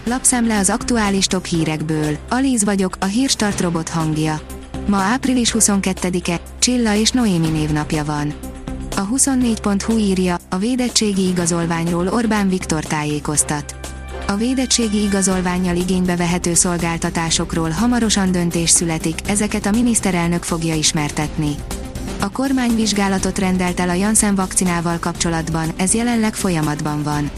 Lapszemle az aktuális top hírekből. Alíz vagyok, a Hírstart robot hangja. Ma április 22-e, Csilla és Noémi névnapja van. A 24.hu írja, a védettségi igazolványról Orbán Viktor tájékoztat. A védettségi igazolvánnyal igénybe vehető szolgáltatásokról hamarosan döntés születik, ezeket a miniszterelnök fogja ismertetni. A kormány vizsgálatot rendelt el a Janssen vakcinával kapcsolatban, ez jelenleg folyamatban van.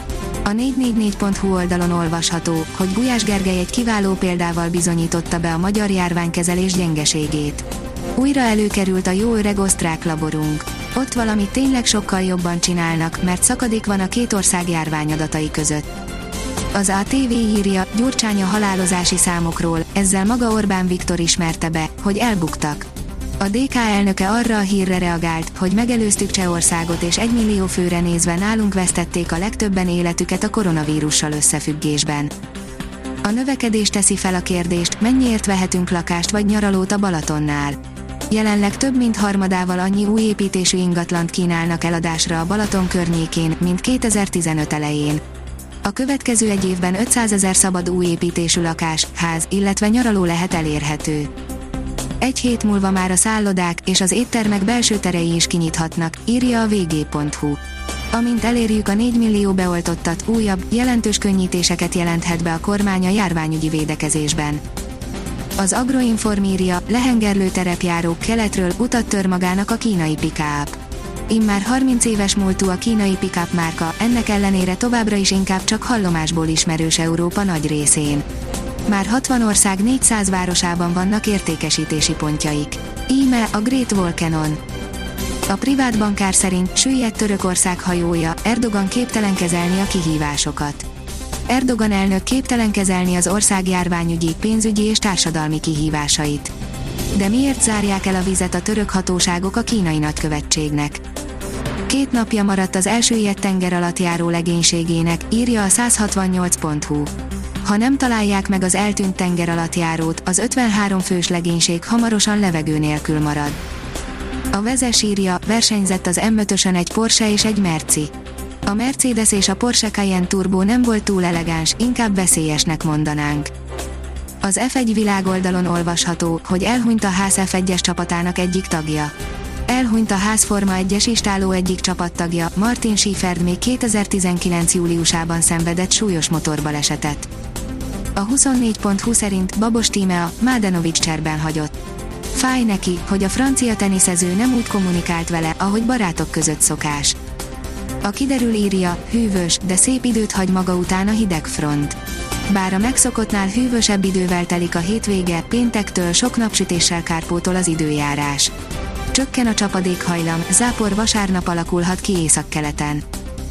A 444.hu oldalon olvasható, hogy Gulyás Gergely egy kiváló példával bizonyította be a magyar járványkezelés gyengeségét. Újra előkerült a jó öreg osztrák laborunk. Ott valamit tényleg sokkal jobban csinálnak, mert szakadék van a két ország járványadatai között. Az ATV írja, Gyurcsány a halálozási számokról, ezzel maga Orbán Viktor ismerte be, hogy elbuktak. A DK elnöke arra a hírre reagált, hogy megelőztük Csehországot és 1 millió főre nézve nálunk vesztették a legtöbben életüket a koronavírussal összefüggésben. A növekedés teszi fel a kérdést, mennyiért vehetünk lakást vagy nyaralót a Balatonnál. Jelenleg több mint harmadával annyi új építésű ingatlant kínálnak eladásra a Balaton környékén, mint 2015 elején. A következő egy évben 500 000 szabad új építésű lakás, ház, illetve nyaraló lehet elérhető. Egy hét múlva már a szállodák és az éttermek belső terei is kinyithatnak, írja a vg.hu. Amint elérjük a 4 millió beoltottat, újabb, jelentős könnyítéseket jelenthet be a kormány a járványügyi védekezésben. Az Agroinform írja, lehengerlő terepjárók keletről, utat tör magának a kínai pick-up. Immár 30 éves múltú a kínai pick-up márka, ennek ellenére továbbra is inkább csak hallomásból ismerős Európa nagy részén. Már 60 ország 400 városában vannak értékesítési pontjaik. Íme a Great Wall Cannon. A privát bankár szerint süllyedt Törökország hajója, Erdogan képtelen kezelni a kihívásokat. Erdogan elnök képtelen kezelni az ország járványügyi, pénzügyi és társadalmi kihívásait. De miért zárják el a vizet a török hatóságok a kínai nagykövetségnek? 2 napja maradt az elsüllyedt tenger alatt járó legénységének, írja a 168.hu. Ha nem találják meg az eltűnt tenger alatt járót, az 53 fős legénység hamarosan levegő nélkül marad. A Vezes írja, versenyzett az M5-ösön egy Porsche és egy Merci. A Mercedes és a Porsche Cayenne Turbo nem volt túl elegáns, inkább veszélyesnek mondanánk. Az F1 világoldalon olvasható, hogy elhunyt a Haas F1-es csapatának egyik tagja. Elhunyt a Haas Forma 1-es istáló egyik csapattagja, Martin Schieferd még 2019. júliusában szenvedett súlyos motorbalesetet. A 24.hu szerint Babos Tímea, Mladenovic cserben hagyott. Fáj neki, hogy a francia teniszező nem úgy kommunikált vele, ahogy barátok között szokás. A Kiderül írja, hűvös, de szép időt hagy maga után a hideg front. Bár a megszokottnál hűvösebb idővel telik a hétvége, péntektől sok napsütéssel kárpótol az időjárás. Csökken a csapadékhajlam, zápor vasárnap alakulhat ki északkeleten.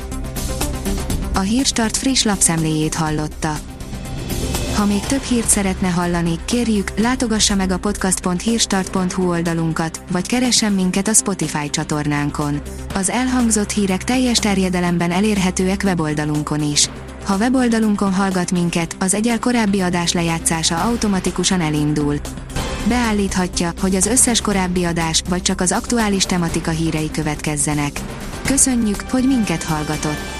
A Hírstart friss lapszemléjét hallotta. Ha még több hírt szeretne hallani, kérjük, látogassa meg a podcast.hírstart.hu oldalunkat, vagy keressen minket a Spotify csatornánkon. Az elhangzott hírek teljes terjedelemben elérhetőek weboldalunkon is. Ha weboldalunkon hallgat minket, az egyel korábbi adás lejátszása automatikusan elindul. Beállíthatja, hogy az összes korábbi adás, vagy csak az aktuális tematika hírei következzenek. Köszönjük, hogy minket hallgatott!